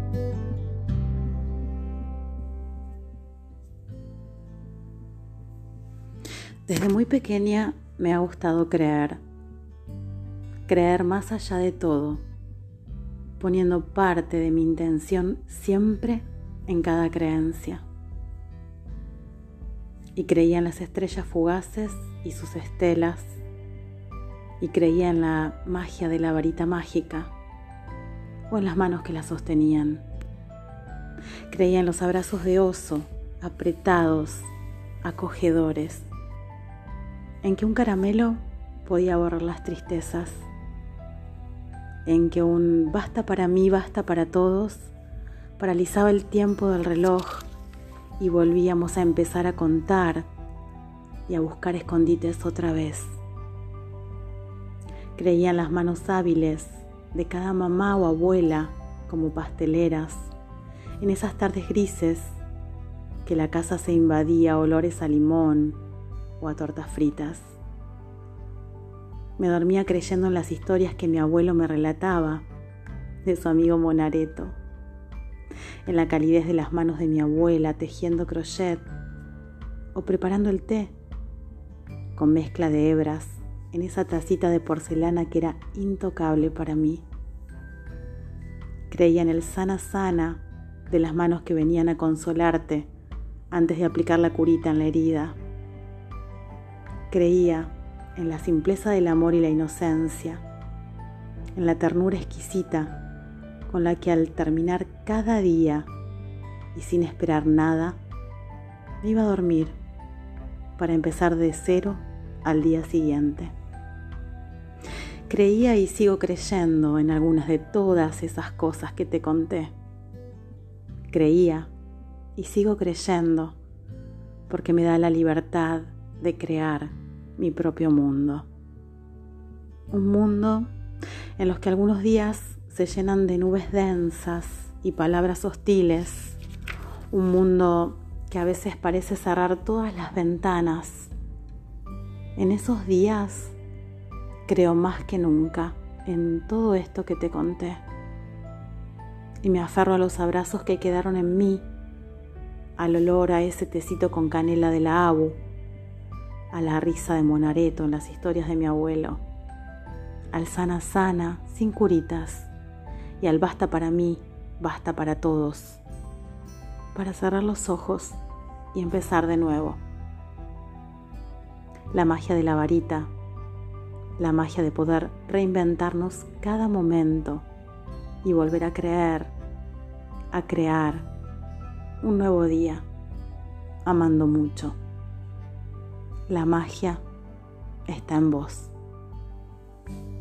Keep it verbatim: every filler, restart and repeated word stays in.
Desde muy pequeña me ha gustado creer, creer más allá de todo, poniendo parte de mi intención siempre en cada creencia. Y creía en las estrellas fugaces y sus estelas, y creía en la magia de la varita mágica o en las manos que la sostenían. Creía en los abrazos de oso, apretados, acogedores, en que un caramelo podía borrar las tristezas, en que un basta para mí, basta para todos paralizaba el tiempo del reloj y volvíamos a empezar a contar y a buscar escondites otra vez. Creía en las manos hábiles de cada mamá o abuela como pasteleras, en esas tardes grises que la casa se invadía olores a limón o a tortas fritas. Me dormía creyendo en las historias que mi abuelo me relataba de su amigo Monareto, en la calidez de las manos de mi abuela tejiendo crochet o preparando el té con mezcla de hebras en esa tacita de porcelana que era intocable para mí. Creía en el sana sana de las manos que venían a consolarte antes de aplicar la curita en la herida. Creía en la simpleza del amor y la inocencia, en la ternura exquisita con la que al terminar cada día y sin esperar nada, me iba a dormir para empezar de cero al día siguiente. Creía y sigo creyendo en algunas de todas esas cosas que te conté. Creía y sigo creyendo porque me da la libertad de crear mi propio mundo. Un mundo en los que algunos días se llenan de nubes densas y palabras hostiles. Un mundo que a veces parece cerrar todas las ventanas. En esos días creo más que nunca en todo esto que te conté. Y me aferro a los abrazos que quedaron en mí, al olor a ese tecito con canela de la Abu, a la risa de Monareto en las historias de mi abuelo, al sana sana, sin curitas, y al basta para mí, basta para todos, para cerrar los ojos y empezar de nuevo. La magia de la varita, la magia de poder reinventarnos cada momento y volver a creer, a crear un nuevo día, amando mucho. La magia está en vos.